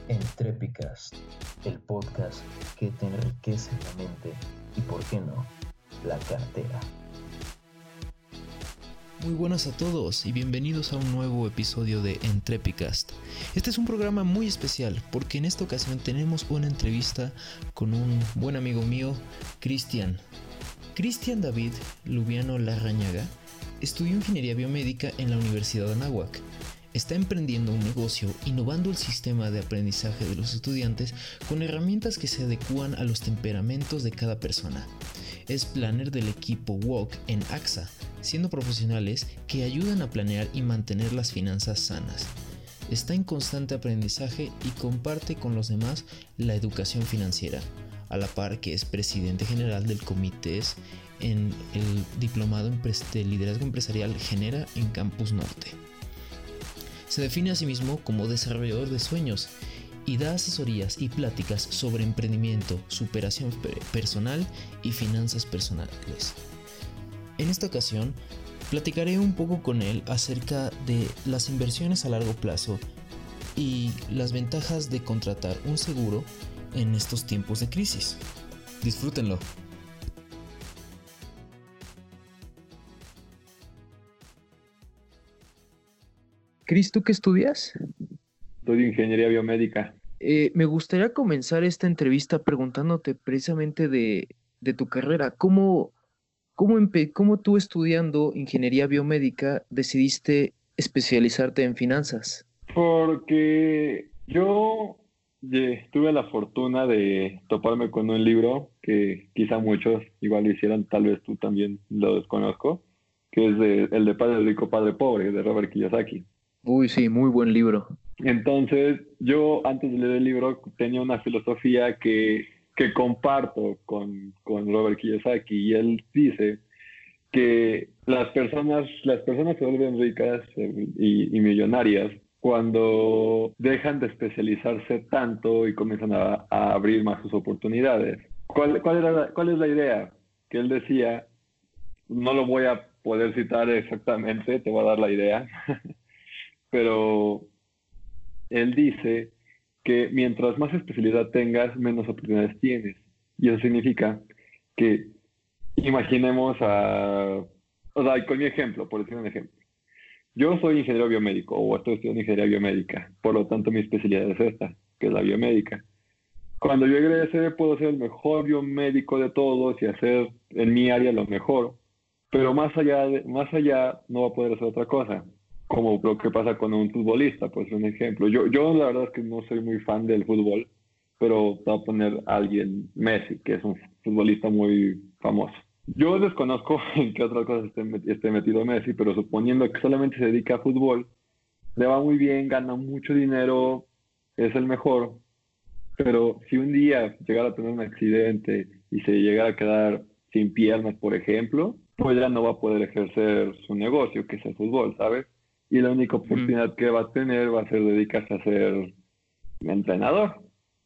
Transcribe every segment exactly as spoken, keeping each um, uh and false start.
Entrépicast, el podcast que te enriquece la mente y, por qué no, la cartera. Muy buenas a todos y bienvenidos a un nuevo episodio de Entrépicast. Este es un programa muy especial porque en esta ocasión tenemos una entrevista con un buen amigo mío, Cristian. Cristian David Lubiano Larrañaga estudió ingeniería biomédica en la Universidad de Anáhuac. Está emprendiendo un negocio innovando el sistema de aprendizaje de los estudiantes con herramientas que se adecúan a los temperamentos de cada persona. Es planner del equipo W O C en A X A, siendo profesionales que ayudan a planear y mantener las finanzas sanas. Está en constante aprendizaje y comparte con los demás la educación financiera, a la par que es presidente general del comité en el Diplomado de Liderazgo Empresarial Genera en Campus Norte. Se define a sí mismo como desarrollador de sueños y da asesorías y pláticas sobre emprendimiento, superación personal y finanzas personales. En esta ocasión, platicaré un poco con él acerca de las inversiones a largo plazo y las ventajas de contratar un seguro en estos tiempos de crisis. Disfrútenlo. Cris, ¿tú qué estudias? Estudio ingeniería biomédica. Eh, me gustaría comenzar esta entrevista preguntándote precisamente de, de tu carrera. ¿Cómo, cómo, empe- cómo tú estudiando ingeniería biomédica decidiste especializarte en finanzas? Porque yo eh, tuve la fortuna de toparme con un libro que quizá muchos igual lo hicieron, tal vez tú también lo desconozco, que es de, el de Padre Rico, Padre Pobre, de Robert Kiyosaki. Uy, sí, muy buen libro. Entonces, yo antes de leer el libro tenía una filosofía que, que comparto con, con Robert Kiyosaki, y él dice que las personas, las personas se vuelven ricas eh, y, y millonarias cuando dejan de especializarse tanto y comienzan a, a abrir más sus oportunidades. ¿Cuál, cuál, era la- cuál es la idea? Que él decía, no lo voy a poder citar exactamente, te voy a dar la idea, pero él dice que mientras más especialidad tengas, menos oportunidades tienes. Y eso significa que imaginemos a... O sea, con mi ejemplo, por decir un ejemplo. Yo soy ingeniero biomédico o estoy estudiando ingeniería biomédica, por lo tanto mi especialidad es esta, que es la biomédica. Cuando yo egrese puedo ser el mejor biomédico de todos y hacer en mi área lo mejor, pero más allá, de, más allá no va a poder hacer otra cosa, como lo que pasa con un futbolista, por ser un ejemplo. Yo, yo la verdad es que no soy muy fan del fútbol, pero te voy a poner a alguien, Messi, que es un futbolista muy famoso. Yo desconozco en qué otras cosas esté, esté metido Messi, pero suponiendo que solamente se dedica a fútbol, le va muy bien, gana mucho dinero, es el mejor, pero si un día llegara a tener un accidente y se llegara a quedar sin piernas, por ejemplo, pues ya no va a poder ejercer su negocio, que es el fútbol, ¿sabes? Y la única oportunidad mm. que va a tener va a ser dedicarse a ser entrenador,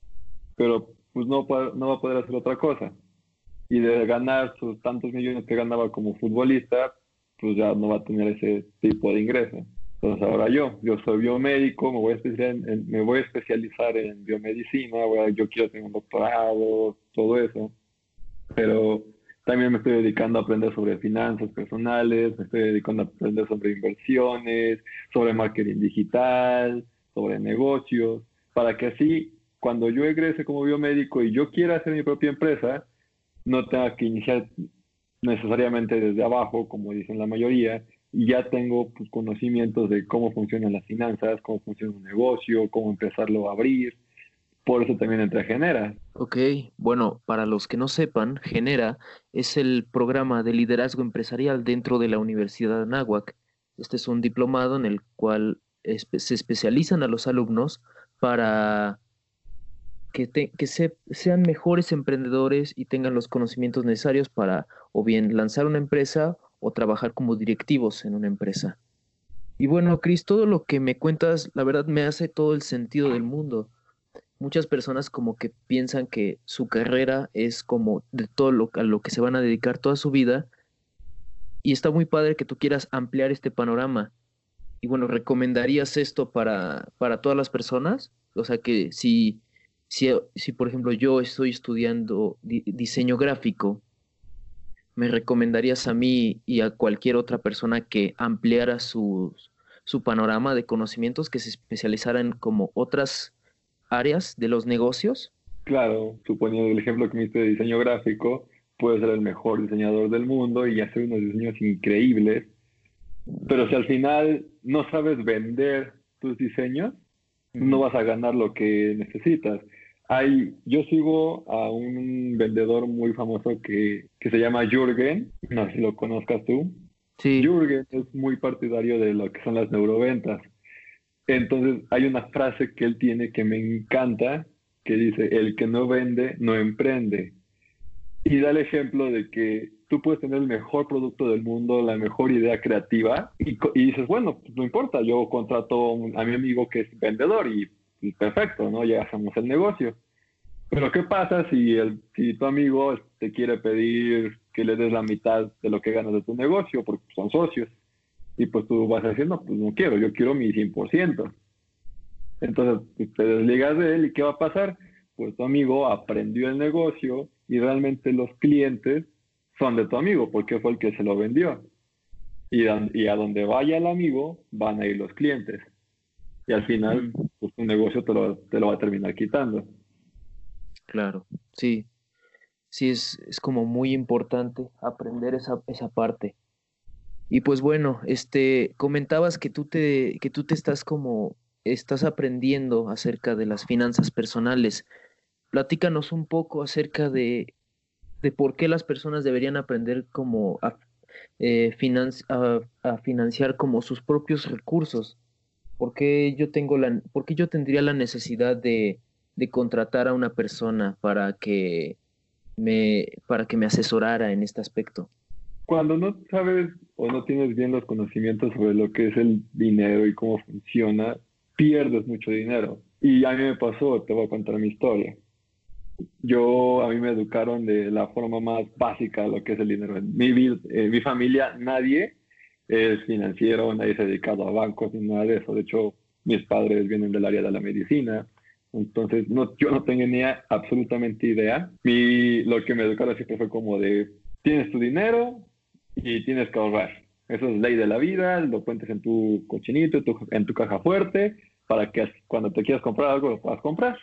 pero pues no, no va a poder hacer otra cosa. Y de ganar sus tantos millones que ganaba como futbolista, pues ya no va a tener ese tipo de ingreso. Entonces ahora yo, yo soy biomédico, me voy a especializar en, en, me voy a especializar en biomedicina, voy a, yo quiero tener un doctorado, todo eso, pero también me estoy dedicando a aprender sobre finanzas personales, me estoy dedicando a aprender sobre inversiones, sobre marketing digital, sobre negocios, para que así, cuando yo egrese como biomédico y yo quiera hacer mi propia empresa, no tenga que iniciar necesariamente desde abajo, como dicen la mayoría, y ya tengo pues, conocimientos de cómo funcionan las finanzas, cómo funciona un negocio, cómo empezarlo a abrir. Por eso también entré a Genera. Ok, bueno, para los que no sepan, Genera es el programa de liderazgo empresarial dentro de la Universidad de Anáhuac. Este es un diplomado en el cual espe- se especializan a los alumnos para que, te- que se- sean mejores emprendedores y tengan los conocimientos necesarios para o bien lanzar una empresa o trabajar como directivos en una empresa. Y bueno, Cris, todo lo que me cuentas, la verdad me hace todo el sentido del mundo. Muchas personas como que piensan que su carrera es como de todo lo, a lo que se van a dedicar toda su vida, y está muy padre que tú quieras ampliar este panorama. Y bueno, ¿recomendarías esto para, para todas las personas? O sea que si, si, si por ejemplo yo estoy estudiando di- diseño gráfico, ¿me recomendarías a mí y a cualquier otra persona que ampliara su, su panorama de conocimientos, que se especializara en como otras áreas de los negocios? Claro, suponiendo el ejemplo que me diste de diseño gráfico, puedes ser el mejor diseñador del mundo y hacer unos diseños increíbles, pero si al final no sabes vender tus diseños, no Ujú. vas a ganar lo que necesitas. Hay, yo sigo a un vendedor muy famoso que, que se llama Jürgen, no sé si lo conozcas tú. Sí. Jürgen es muy partidario de lo que son las neuroventas. Entonces hay una frase que él tiene que me encanta, que dice, el que no vende, no emprende. Y da el ejemplo de que tú puedes tener el mejor producto del mundo, la mejor idea creativa, y, co- y dices, bueno, pues no importa, yo contrato un- a mi amigo que es vendedor y, y perfecto, ¿no? Ya hacemos el negocio. Pero ¿qué pasa si, el, si tu amigo te quiere pedir que le des la mitad de lo que ganas de tu negocio, porque son socios? Y pues tú vas a decir, no, pues no quiero, yo quiero mi cien por ciento. Entonces pues, te desligas de él y ¿qué va a pasar? Pues tu amigo aprendió el negocio y realmente los clientes son de tu amigo porque fue el que se lo vendió. Y, a- y a donde vaya el amigo van a ir los clientes. Y al final, Mm, pues tu negocio te lo, te lo va a terminar quitando. claro, sí, sí es, es como muy importante aprender esa, esa parte. Y pues bueno, este, comentabas que tú te, que tú te estás como, estás aprendiendo acerca de las finanzas personales. Platícanos un poco acerca de, de por qué las personas deberían aprender como a, eh, financi- a, a financiar como sus propios recursos. ¿Por qué yo tengo la, por qué yo tendría la necesidad de, de contratar a una persona para que me, para que me asesorara en este aspecto? Cuando no sabes o no tienes bien los conocimientos sobre lo que es el dinero y cómo funciona, pierdes mucho dinero. Y a mí me pasó, te voy a contar mi historia. Yo, a mí me educaron de la forma más básica de lo que es el dinero. En mi, vid- en mi familia nadie es financiero, nadie se ha dedicado a bancos ni nada de eso. De hecho, mis padres vienen del área de la medicina. Entonces, no, yo no tengo ni a- absolutamente idea. Mi, lo que me educaron siempre fue como de, tienes tu dinero y tienes que ahorrar. Eso es ley de la vida, lo cuentes en tu cochinito, en tu, en tu caja fuerte, para que cuando te quieras comprar algo lo puedas comprar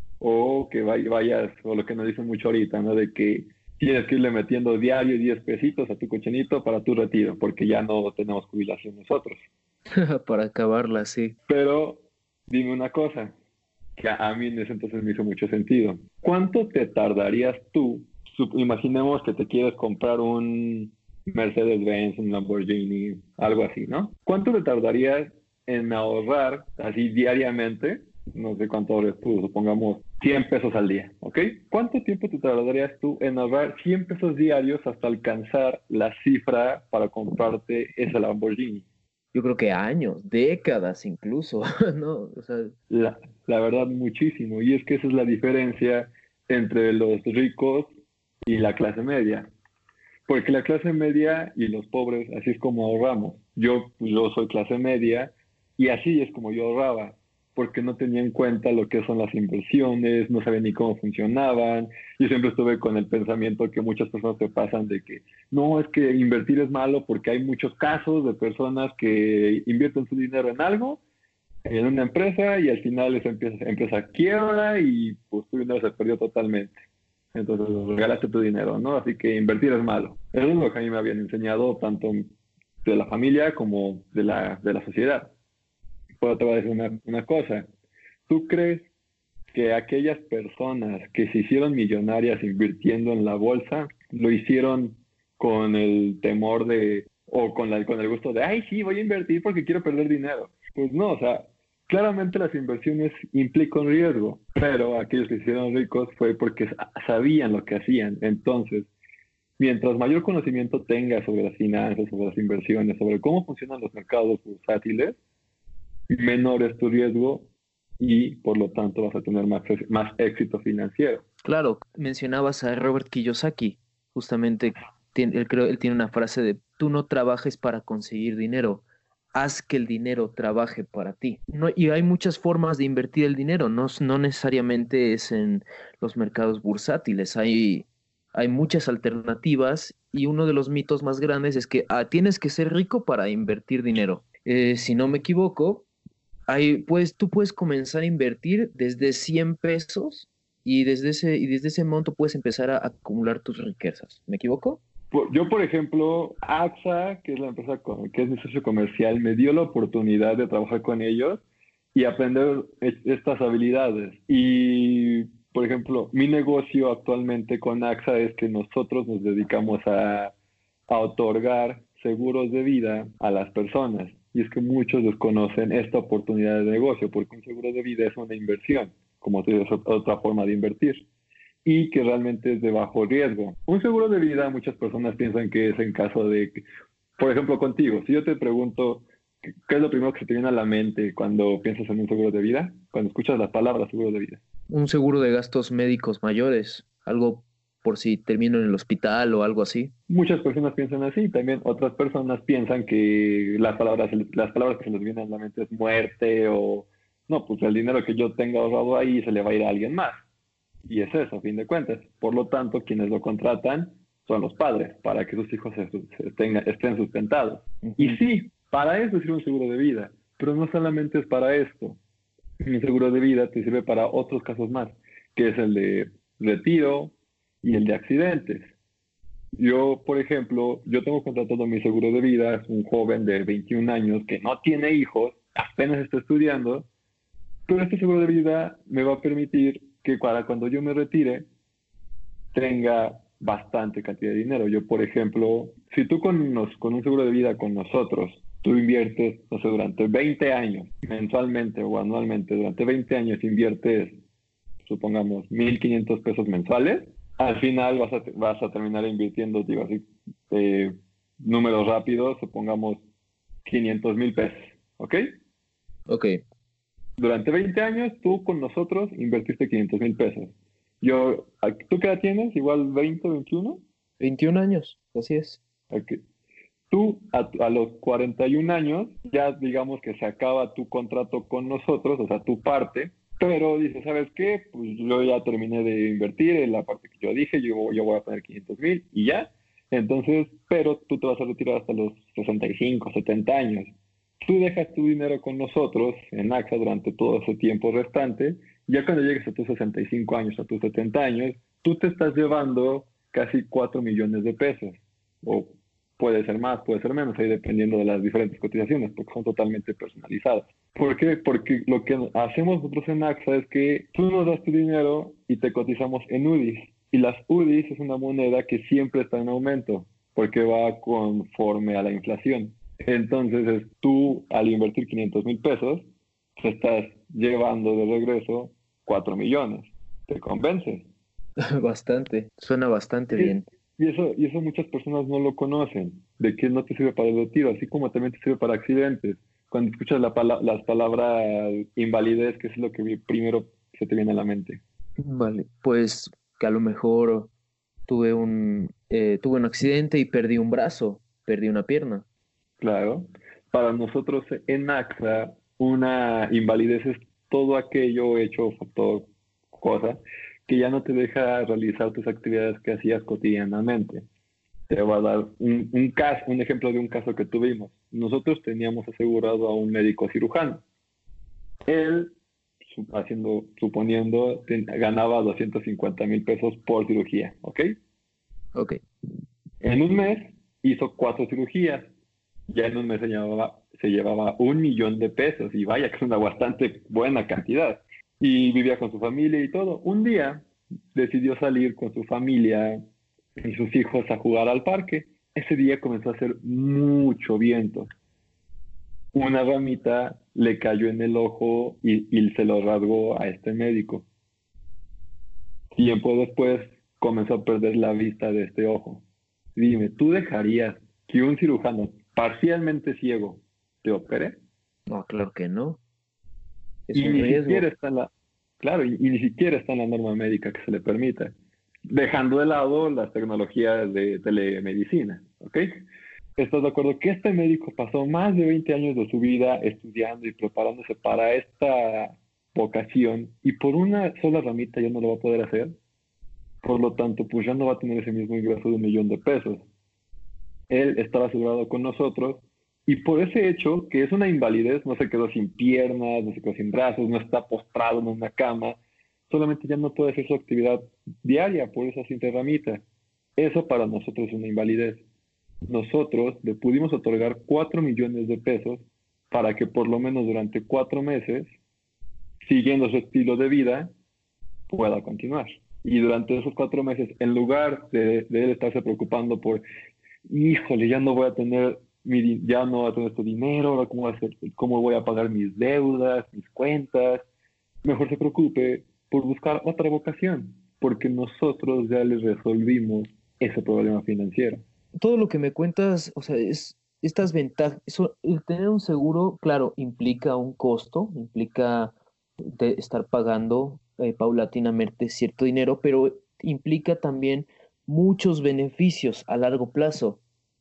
o que vay- vayas, o lo que nos dicen mucho ahorita, ¿no? De que tienes que irle metiendo diario diez pesitos a tu cochinito para tu retiro, porque ya no tenemos jubilación nosotros. Para acabarla, sí. Pero dime una cosa, que a, a mí en ese entonces me hizo mucho sentido. ¿Cuánto te tardarías tú? Sup- Imaginemos que te quieres comprar un Mercedes-Benz, un Lamborghini, algo así, ¿no? ¿Cuánto te tardarías en ahorrar así diariamente? No sé cuánto ahorres tú, supongamos cien pesos al día, ¿ok? ¿Cuánto tiempo te tardarías tú en ahorrar cien pesos diarios hasta alcanzar la cifra para comprarte ese Lamborghini? Yo creo que años, décadas incluso, ¿no? O sea, La, la verdad, muchísimo. Y es que esa es la diferencia entre los ricos y la clase media. Porque la clase media y los pobres, así es como ahorramos. Yo, pues, yo soy clase media y así es como yo ahorraba, porque no tenía en cuenta lo que son las inversiones, no sabía ni cómo funcionaban. Yo siempre estuve con el pensamiento que muchas personas te pasan de que no, es que invertir es malo porque hay muchos casos de personas que invierten su dinero en algo, en una empresa, y al final esa empresa, empresa quiebra y pues tu dinero se perdió totalmente. Entonces regalaste tu dinero, ¿no? Así que invertir es malo. Eso es lo que a mí me habían enseñado tanto de la familia como de la, de la sociedad. Pero te voy a decir una, una cosa. ¿Tú crees que aquellas personas que se hicieron millonarias invirtiendo en la bolsa lo hicieron con el temor de, o con, la, con el gusto de, ay, sí, voy a invertir porque quiero perder dinero? Pues no, o sea, claramente las inversiones implican riesgo, pero aquellos que se hicieron ricos fue porque sa- sabían lo que hacían. Entonces, mientras mayor conocimiento tengas sobre las finanzas, sobre las inversiones, sobre cómo funcionan los mercados bursátiles, menor es tu riesgo y por lo tanto vas a tener más, más éxito financiero. claro, mencionabas a Robert Kiyosaki, justamente, tien- él creo, él tiene una frase de, tú no trabajes para conseguir dinero, haz que el dinero trabaje para ti. No, y hay muchas formas de invertir el dinero, no, s- no necesariamente es en los mercados bursátiles, hay, hay muchas alternativas y uno de los mitos más grandes es que ah, tienes que ser rico para invertir dinero. Eh, si no me equivoco, hay, pues, tú puedes comenzar a invertir desde cien pesos y desde ese, y desde ese monto puedes empezar a acumular tus riquezas. ¿Me equivoco? Por- Yo, por ejemplo, AXA, que es la empresa con, que es mi socio comercial, me dio la oportunidad de trabajar con ellos y aprender es- estas habilidades. Y, por ejemplo, mi negocio actualmente con AXA es que nosotros nos dedicamos a, a otorgar seguros de vida a las personas. Y es que muchos desconocen esta oportunidad de negocio, porque un seguro de vida es una inversión, como te digo, es otra forma de invertir y que realmente es de bajo riesgo. Un seguro de vida, muchas personas piensan que es en caso de, que- por ejemplo, contigo, si yo te pregunto, ¿qué qué es lo primero que se te viene a la mente cuando piensas en un seguro de vida? Cuando escuchas la palabra seguro de vida. Un seguro de gastos médicos mayores, algo por si termino en el hospital o algo así. Muchas personas piensan así, también otras personas piensan que las palabras, las palabras que se les vienen a la mente es muerte o, no, pues el dinero que yo tenga ahorrado ahí se le va a ir a alguien más. Y es eso, a fin de cuentas. Por lo tanto, quienes lo contratan son los padres, para que sus hijos se, se tenga, estén sustentados. Y Ujú. sí, para eso sirve un seguro de vida, pero no solamente es para esto. Un seguro de vida te sirve para otros casos más, que es el de retiro y el de accidentes. Yo, por ejemplo, yo tengo contratado mi seguro de vida, es un joven de veintiún años que no tiene hijos, apenas está estudiando, pero este seguro de vida me va a permitir que para cuando yo me retire tenga bastante cantidad de dinero. Yo, por ejemplo, si tú con, nos, con un seguro de vida con nosotros, tú inviertes, no sé, durante veinte años, mensualmente o anualmente, durante veinte años inviertes, supongamos, mil quinientos pesos mensuales, al final vas a, vas a terminar invirtiendo, digo así, eh, números rápidos, supongamos quinientos mil pesos, ¿ok? Ok, Durante veinte años, tú con nosotros invertiste quinientos mil pesos. Yo, ¿tú qué edad tienes? Igual veinte, veintiuno. veintiún años, así es. Ok. Tú a, a los cuarenta y un años, ya digamos que se acaba tu contrato con nosotros, o sea, tu parte, pero dices, ¿sabes qué? Pues yo ya terminé de invertir en la parte que yo dije, yo, yo voy a poner quinientos mil y ya. Entonces, pero tú te vas a retirar hasta los sesenta y cinco, setenta años. Tú dejas tu dinero con nosotros en AXA durante todo ese tiempo restante. Ya cuando llegues a tus sesenta y cinco años, a tus setenta años, tú te estás llevando casi cuatro millones de pesos. O puede ser más, puede ser menos, ahí dependiendo de las diferentes cotizaciones, porque son totalmente personalizadas. ¿Por qué? Porque lo que hacemos nosotros en AXA es que tú nos das tu dinero y te cotizamos en U D Is. Y las U D Is es una moneda que siempre está en aumento, porque va conforme a la inflación. Entonces, es, tú al invertir quinientos mil pesos, te estás llevando de regreso cuatro millones. ¿Te convence? Bastante, suena bastante Y, bien. y eso, y eso muchas personas no lo conocen, de que no te sirve para el retiro, así como también te sirve para accidentes. Cuando escuchas la pala- las palabras invalidez, que es lo que vi- primero se te viene a la mente. Vale, pues que a lo mejor tuve un, eh, tuve un accidente y perdí un brazo, perdí una pierna. Claro. Para nosotros en AXA, una invalidez es todo aquello hecho, todo cosa, que ya no te deja realizar tus actividades que hacías cotidianamente. Te va a dar un, un caso, un ejemplo de un caso que tuvimos. Nosotros teníamos asegurado a un médico cirujano. Él, su- haciendo, suponiendo, ten- ganaba doscientos cincuenta mil pesos por cirugía, ¿ok? Ok, En un mes hizo cuatro cirugías. Ya en un mes se llevaba, se llevaba un millón de pesos y vaya que es una bastante buena cantidad. Y vivía con su familia y todo. Un día decidió salir con su familia y sus hijos a jugar al parque. Ese día comenzó a hacer mucho viento. Una ramita le cayó en el ojo y, y se lo rasgó a este médico. Tiempo después comenzó a perder la vista de este ojo. Dime, ¿tú dejarías que un cirujano parcialmente ciego te opere? no, claro que no, es Y un ni siquiera riesgo. está en la, claro, y, y ni siquiera está en la norma médica que se le permita, dejando de lado las tecnologías de telemedicina, ¿ok? ¿estás de acuerdo que este médico pasó más de veinte años de su vida estudiando y preparándose para esta vocación y por una sola ramita ya no lo va a poder hacer? Por lo tanto, pues ya no va a tener ese mismo ingreso de un millón de pesos. Él estaba asegurado con nosotros y por ese hecho, que es una invalidez, no se quedó sin piernas, no se quedó sin brazos, no está postrado en una cama, solamente ya no puede hacer su actividad diaria por esa simple ramita. Eso para nosotros es una invalidez. Nosotros le pudimos otorgar cuatro millones de pesos para que por lo menos durante cuatro meses, siguiendo su estilo de vida, pueda continuar. Y durante esos cuatro meses, en lugar de, de él estarse preocupando por, híjole, ya no voy a tener mi, ya no voy a tener este dinero, ahora cómo, voy a hacer, cómo voy a pagar mis deudas, mis cuentas, mejor se preocupe por buscar otra vocación, porque nosotros ya les resolvimos ese problema financiero. Todo lo que me cuentas, o sea, es estas ventajas, eso, el tener un seguro, claro, implica un costo, implica de estar pagando eh, paulatinamente cierto dinero, pero implica también muchos beneficios a largo plazo.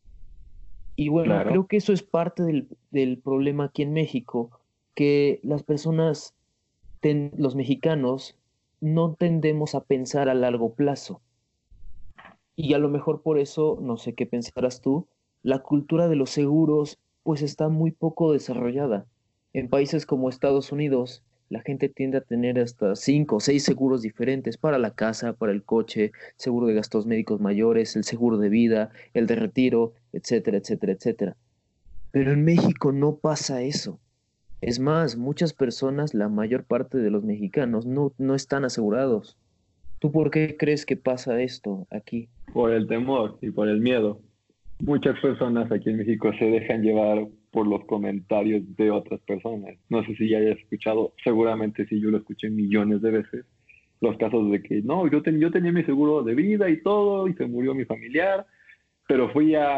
Y bueno, Claro, creo que eso es parte del, del problema aquí en México, que las personas, ten- los mexicanos, no tendemos a pensar a largo plazo. Y a lo mejor por eso, no sé qué pensarás tú, la cultura de los seguros pues está muy poco desarrollada. En países como Estados Unidos, la gente tiende a tener hasta cinco o seis seguros diferentes para la casa, para el coche, seguro de gastos médicos mayores, el seguro de vida, el de retiro, etcétera, etcétera, etcétera. Pero en México no pasa eso. Es más, muchas personas, la mayor parte de los mexicanos, no, no están asegurados. ¿Tú por qué crees que pasa esto aquí? por el temor y por el miedo. Muchas personas aquí en México se dejan llevar por los comentarios de otras personas. No sé si ya hayas escuchado, seguramente sí, yo lo escuché millones de veces, los casos de que no, yo, ten, yo tenía mi seguro de vida y todo, y se murió mi familiar, pero fui a,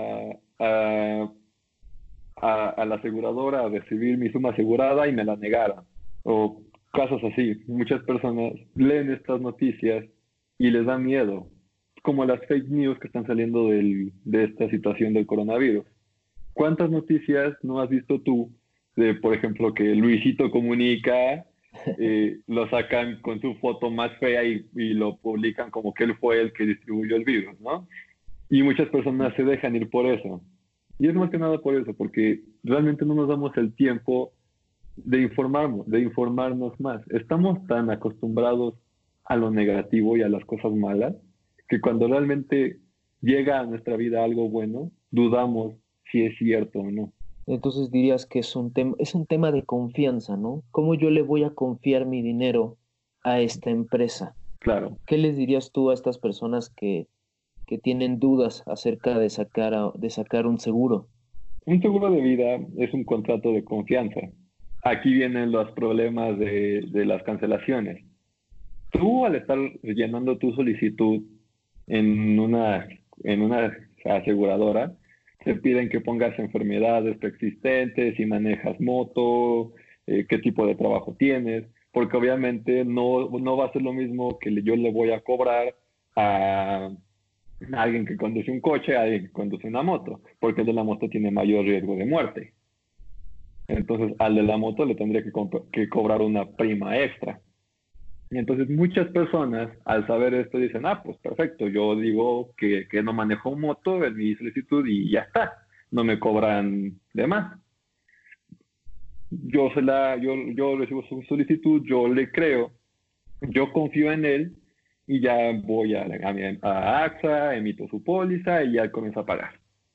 a, a, a la aseguradora a recibir mi suma asegurada y me la negaron. O casos así. Muchas personas leen estas noticias y les da miedo, como las fake news que están saliendo del, de esta situación del coronavirus. ¿Cuántas noticias no has visto tú de, por ejemplo, que Luisito Comunica eh, lo sacan con su foto más fea y, y lo publican como que él fue el que distribuyó el virus, ¿no? Y muchas personas se dejan ir por eso. Y es más que nada por eso, porque realmente no nos damos el tiempo de informarnos, de informarnos más. Estamos tan acostumbrados a lo negativo y a las cosas malas que cuando realmente llega a nuestra vida algo bueno, dudamos si es cierto o no. Entonces dirías que es un tema, es un tema de confianza, ¿no? ¿Cómo yo le voy a confiar mi dinero a esta empresa? Claro, ¿Qué les dirías tú a estas personas que, que tienen dudas acerca de sacar, a- de sacar un seguro? un seguro de vida es un contrato de confianza. Aquí vienen los problemas de, de las cancelaciones. Tú al estar llenando tu solicitud en una, en una aseguradora, te piden que pongas enfermedades preexistentes, si manejas moto, eh, qué tipo de trabajo tienes, porque obviamente no, no va a ser lo mismo que le- yo le voy a cobrar a alguien que conduce un coche a alguien que conduce una moto, porque el de la moto tiene mayor riesgo de muerte. Entonces al de la moto le tendría que, comp- que cobrar una prima extra. Y entonces muchas personas al saber esto dicen, ah, pues perfecto, yo digo que, que no manejo moto en mi solicitud y ya está, no me cobran de más. Yo, se la, yo, yo recibo su solicitud, yo le creo, yo confío en él y ya voy a, a, mi- a AXA, emito su póliza y ya comienzo a pagar.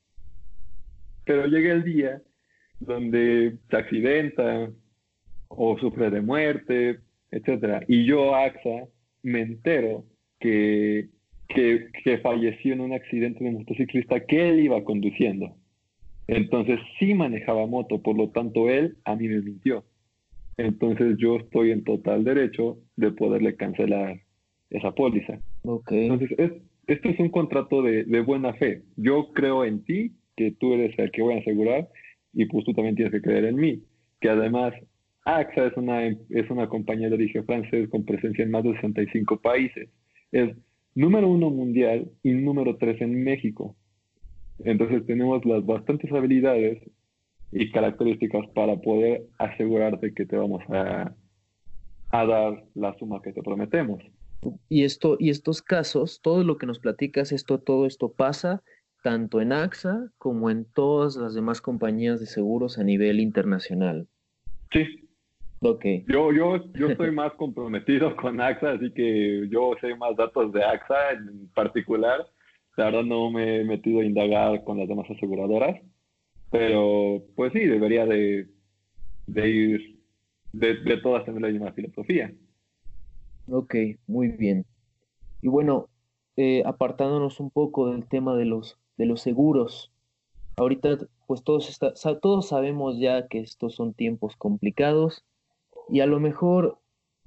Pero llega el día donde se accidenta o sufre de muerte, etcétera. Y yo, AXA, me entero que, que, que falleció en un accidente de motociclista que él iba conduciendo. Entonces sí manejaba moto, por lo tanto él a mí me mintió. Entonces yo estoy en total derecho de poderle cancelar esa póliza. Ok, Entonces es, esto es un contrato de, de buena fe. Yo creo en ti, que tú eres el que voy a asegurar, y pues tú también tienes que creer en mí. Que además AXA es una, es una compañía de origen francés con presencia en más de sesenta y cinco países. Es número uno mundial y número tres en México. Entonces tenemos las bastantes habilidades y características para poder asegurarte que te vamos a, a dar la suma que te prometemos. Y esto, y estos casos, todo lo que nos platicas, esto, todo esto pasa tanto en AXA como en todas las demás compañías de seguros a nivel internacional. Sí, Ok. yo, yo, yo estoy más comprometido con AXA, así que yo sé más datos de AXA en particular. La verdad no me he metido a indagar con las demás aseguradoras, pero pues sí, debería de, de ir, de, de todas tener la misma filosofía. Ok, muy bien. Y bueno, eh, apartándonos un poco del tema de los, de los seguros, ahorita pues todos, está- sa- todos sabemos ya que estos son tiempos complicados y a lo mejor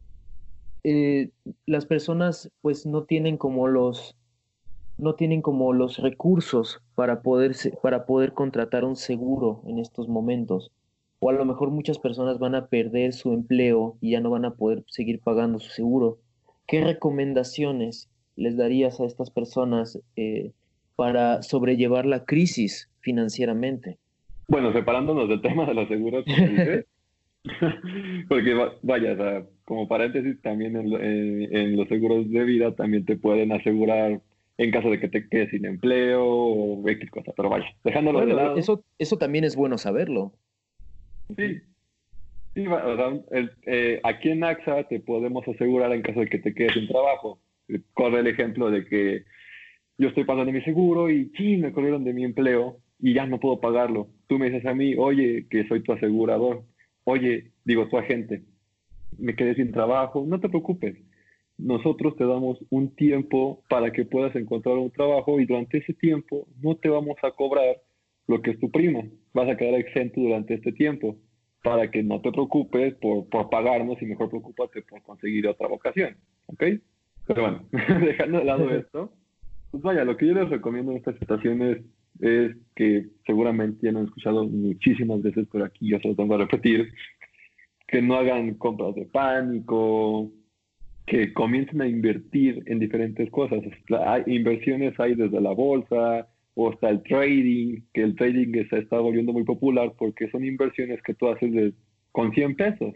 eh, las personas pues no tienen como los, no tienen como los recursos para poder, para poder contratar un seguro en estos momentos. O a lo mejor muchas personas van a perder su empleo y ya no van a poder seguir pagando su seguro. ¿Qué recomendaciones les darías a estas personas eh, para sobrellevar la crisis financieramente? Bueno, separándonos del tema de los seguros, como dices, porque va- vaya, o sea, como paréntesis, también en, lo- en- en los seguros de vida también te pueden asegurar en caso de que te quedes sin empleo o X cosa, pero vaya, dejándolo de Bueno, e- lado, eso, eso también es bueno saberlo. sí, sí, va- o sea, el- eh, aquí en AXA te podemos asegurar en caso de que te quedes sin trabajo. Eh, Corre el ejemplo de que yo estoy pagando mi seguro y sí, me corrieron de mi empleo y ya no puedo pagarlo. Tú me dices a mí, oye, que soy tu asegurador, oye, digo, tu agente, me quedé sin trabajo, no te preocupes. Nosotros te damos un tiempo para que puedas encontrar un trabajo y durante ese tiempo no te vamos a cobrar lo que es tu prima. Vas a quedar exento durante este tiempo para que no te preocupes por, por pagarnos y mejor preocúpate por conseguir otra vocación. ¿Ok? Pero bueno, dejando de lado esto, pues vaya, lo que yo les recomiendo en estas situaciones es que seguramente ya lo han escuchado muchísimas veces, pero aquí yo se lo tengo a repetir, que no hagan compras de pánico, que comiencen a invertir en diferentes cosas. La- Hay inversiones hay desde la bolsa o hasta el trading, que el trading se está volviendo muy popular porque son inversiones que tú haces de- con cien pesos.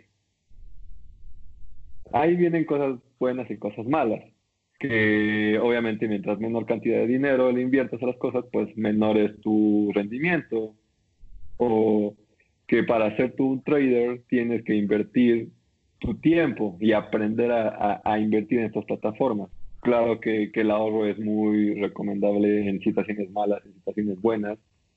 Ahí vienen cosas buenas y cosas malas, que obviamente mientras menor cantidad de dinero le inviertas a las cosas, pues menor es tu rendimiento. O que para ser tú un trader tienes que invertir tu tiempo y aprender a, a- a invertir en estas plataformas. Claro que, que el ahorro es muy recomendable en situaciones malas, en situaciones buenas,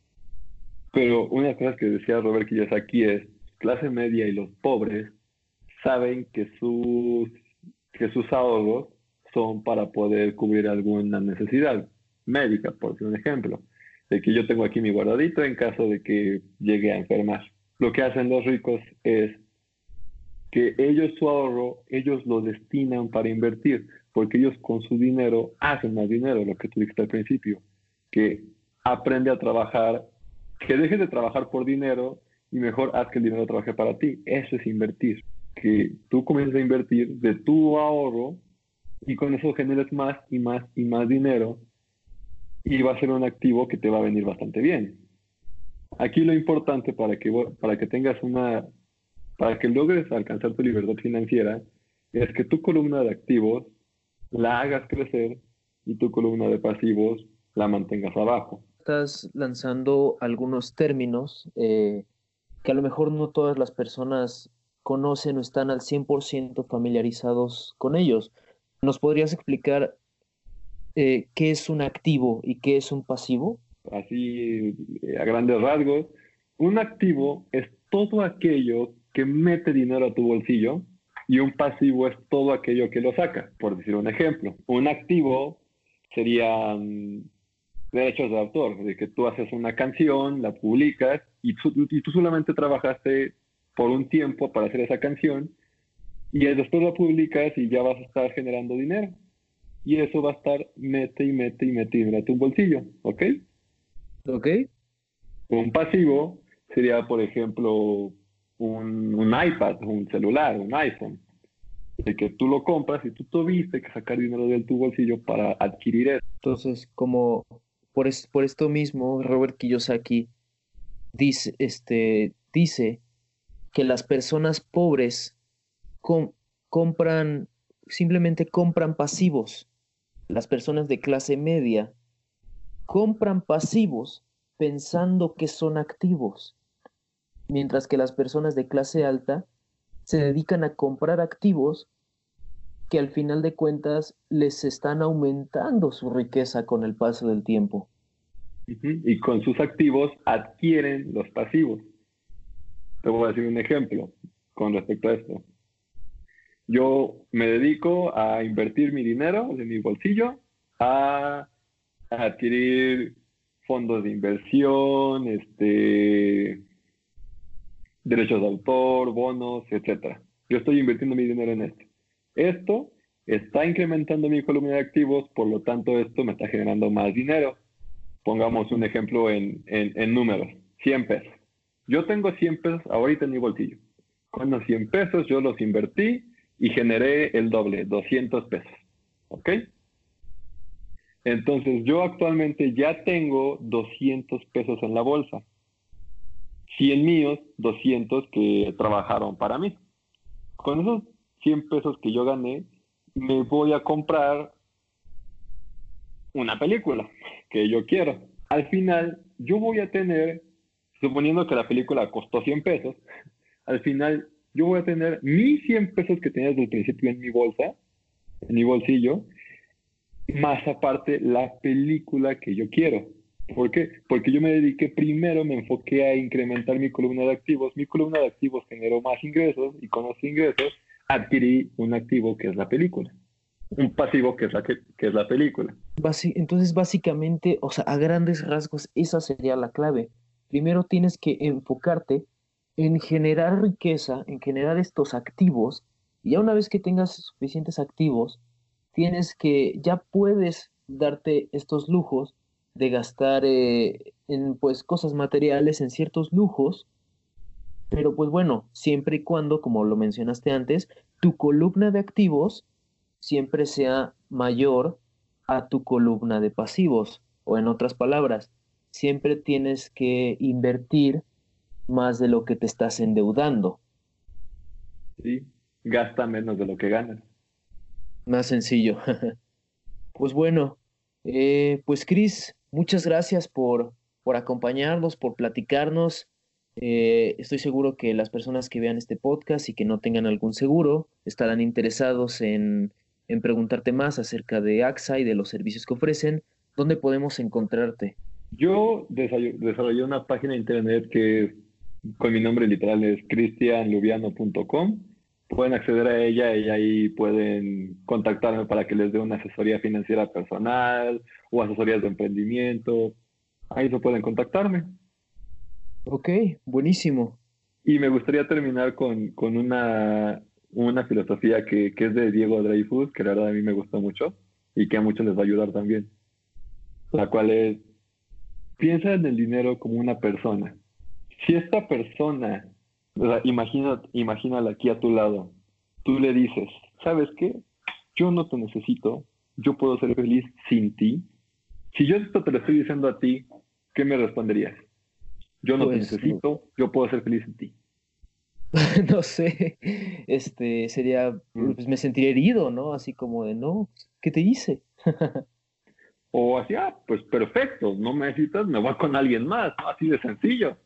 pero una de las cosas que decía Robert Kiyosaki es, clase media y los pobres saben que sus, que sus ahorros son para poder cubrir alguna necesidad médica, por decir un ejemplo, de que yo tengo aquí mi guardadito en caso de que llegue a enfermar. Lo que hacen los ricos es que ellos su ahorro, ellos lo destinan para invertir, porque ellos con su dinero hacen más dinero, lo que tú dijiste al principio, que aprende a trabajar, que dejes de trabajar por dinero y mejor haz que el dinero trabaje para ti. Eso es invertir, que tú comiences a invertir de tu ahorro y con eso generes más y más y más dinero y va a ser un activo que te va a venir bastante bien. Aquí lo importante para que, para que tengas una, para que logres alcanzar tu libertad financiera es que tu columna de activos la hagas crecer y tu columna de pasivos la mantengas abajo. Estás lanzando algunos términos eh, que a lo mejor no todas las personas conocen o están al cien por ciento familiarizados con ellos. ¿Nos podrías explicar eh, qué es un activo y qué es un pasivo? Así, eh, a grandes rasgos, un activo es todo aquello que mete dinero a tu bolsillo y un pasivo es todo aquello que lo saca. Por decir un ejemplo, un activo serían derechos de autor, de que tú haces una canción, la publicas y tú, y tú solamente trabajaste por un tiempo para hacer esa canción y después la publicas y ya vas a estar generando dinero. Y eso va a estar mete y mete y mete dinero a tu bolsillo, ¿ok? ¿Ok? Un pasivo sería, por ejemplo, un, un iPad, un celular, un iPhone, de que tú lo compras y tú tuviste que sacar dinero de tu bolsillo para adquirir eso. Entonces, como, por, es- por esto mismo, Robert Kiyosaki dice, este, dice que las personas pobres com- compran, simplemente compran pasivos. Las personas de clase media compran pasivos pensando que son activos, mientras que las personas de clase alta se dedican a comprar activos que al final de cuentas les están aumentando su riqueza con el paso del tiempo. Ujú. Y con sus activos adquieren los pasivos. Te voy a decir un ejemplo con respecto a esto. Yo me dedico a invertir mi dinero de mi bolsillo a, a adquirir fondos de inversión, este, derechos de autor, bonos, etcétera. Yo estoy invirtiendo mi dinero en esto. Esto está incrementando mi columna de activos, por lo tanto esto me está generando más dinero. Pongamos un ejemplo en, en, en números, cien pesos. Yo tengo cien pesos ahorita en mi bolsillo. Con los cien pesos yo los invertí y generé el doble, doscientos pesos. ¿Ok? Entonces yo actualmente ya tengo doscientos pesos en la bolsa. cien míos, doscientos que trabajaron para mí. Con esos cien pesos que yo gané, me voy a comprar una película que yo quiero. Al final, yo voy a tener, suponiendo que la película costó cien pesos, al final yo voy a tener mis cien pesos que tenía desde el principio en mi bolsa, en mi bolsillo, más aparte la película que yo quiero. ¿Por qué? Porque yo me dediqué primero, me enfoqué a incrementar mi columna de activos. Mi columna de activos generó más ingresos y con los ingresos adquirí un activo que es la película. Un pasivo que es la, que, que es la película. Basi- entonces, básicamente, o sea, a grandes rasgos, esa sería la clave. Primero tienes que enfocarte en generar riqueza, en generar estos activos, y ya una vez que tengas suficientes activos, tienes que, ya puedes darte estos lujos de gastar eh, en pues cosas materiales, en ciertos lujos, pero pues bueno, siempre y cuando, como lo mencionaste antes, tu columna de activos siempre sea mayor a tu columna de pasivos. O en otras palabras, siempre tienes que invertir más de lo que te estás endeudando. ¿Sí? Gasta menos de lo que ganas. Más sencillo. Pues bueno, eh, pues Cris, muchas gracias por, por acompañarnos, por platicarnos. Eh, estoy seguro que las personas que vean este podcast y que no tengan algún seguro estarán interesados en, en preguntarte más acerca de A X A y de los servicios que ofrecen. ¿Dónde podemos encontrarte? Yo desay- desarrollé una página de internet que con mi nombre literal es cristian lubiano punto com. Pueden acceder a ella y ahí pueden contactarme para que les dé una asesoría financiera personal o asesorías de emprendimiento. Ahí se pueden contactarme. Ok, buenísimo. Y me gustaría terminar con, con una, una filosofía que, que es de Diego Dreyfus, que la verdad a mí me gusta mucho y que a muchos les va a ayudar también, la cual es: piensa en el dinero como una persona. Si esta persona, o sea, imagina, imagínala aquí a tu lado, tú le dices, ¿sabes qué? Yo no te necesito, yo puedo ser feliz sin ti. Si yo esto te lo estoy diciendo a ti, ¿qué me responderías? Yo no te Pues no, necesito, yo puedo ser feliz sin ti. no sé, este sería, Mm. pues me sentiría herido, ¿no? Así como de, no, ¿qué te hice? O así, ah, pues perfecto, no me necesitas, me voy con alguien más, ¿no? Así de sencillo.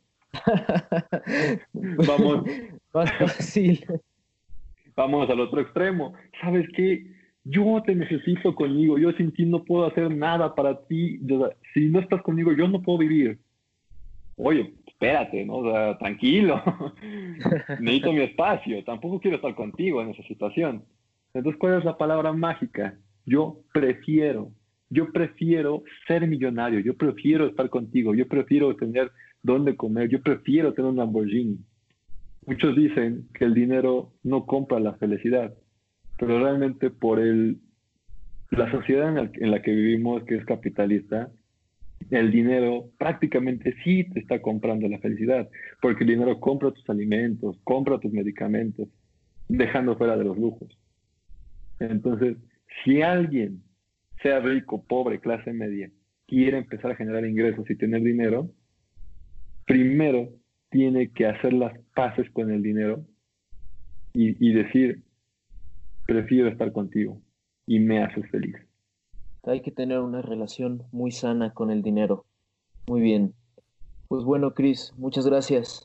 Vamos, Más fácil. vamos al otro extremo. ¿Sabes qué? Yo te necesito conmigo, yo sin ti no puedo hacer nada para ti. O sea, si no estás conmigo, yo no puedo vivir. Oye, espérate, ¿no? O sea, tranquilo. Necesito mi espacio, tampoco quiero estar contigo en esa situación. Entonces, ¿cuál es la palabra mágica? Yo prefiero, yo prefiero ser millonario, yo prefiero estar contigo, yo prefiero tener dónde comer, yo prefiero tener un Lamborghini. Muchos dicen que el dinero no compra la felicidad, pero realmente por el, la sociedad en la, en la que vivimos, que es capitalista, el dinero prácticamente sí te está comprando la felicidad, porque el dinero compra tus alimentos, compra tus medicamentos, dejando fuera de los lujos. Entonces, si alguien, sea rico, pobre, clase media, quiere empezar a generar ingresos y tener dinero, primero tiene que hacer las paces con el dinero y, y decir, prefiero estar contigo y me haces feliz. Hay que tener una relación muy sana con el dinero. Muy bien. Pues bueno, Chris, muchas gracias.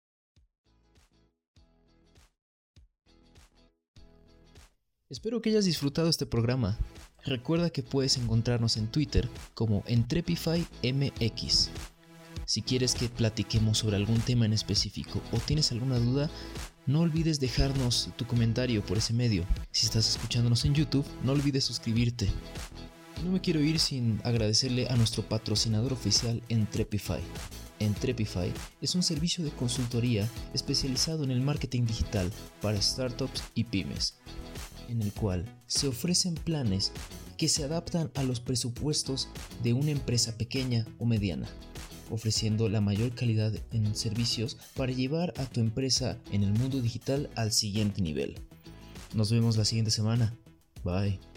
Espero que hayas disfrutado este programa. Recuerda que puedes encontrarnos en Twitter como EntrepifyMX. Si quieres que platiquemos sobre algún tema en específico o tienes alguna duda, no olvides dejarnos tu comentario por ese medio. Si estás escuchándonos en YouTube, no olvides suscribirte. No me quiero ir sin agradecerle a nuestro patrocinador oficial, Entrepify. Entrepify es un servicio de consultoría especializado en el marketing digital para startups y pymes, en el cual se ofrecen planes que se adaptan a los presupuestos de una empresa pequeña o mediana, ofreciendo la mayor calidad en servicios para llevar a tu empresa en el mundo digital al siguiente nivel. Nos vemos la siguiente semana. Bye.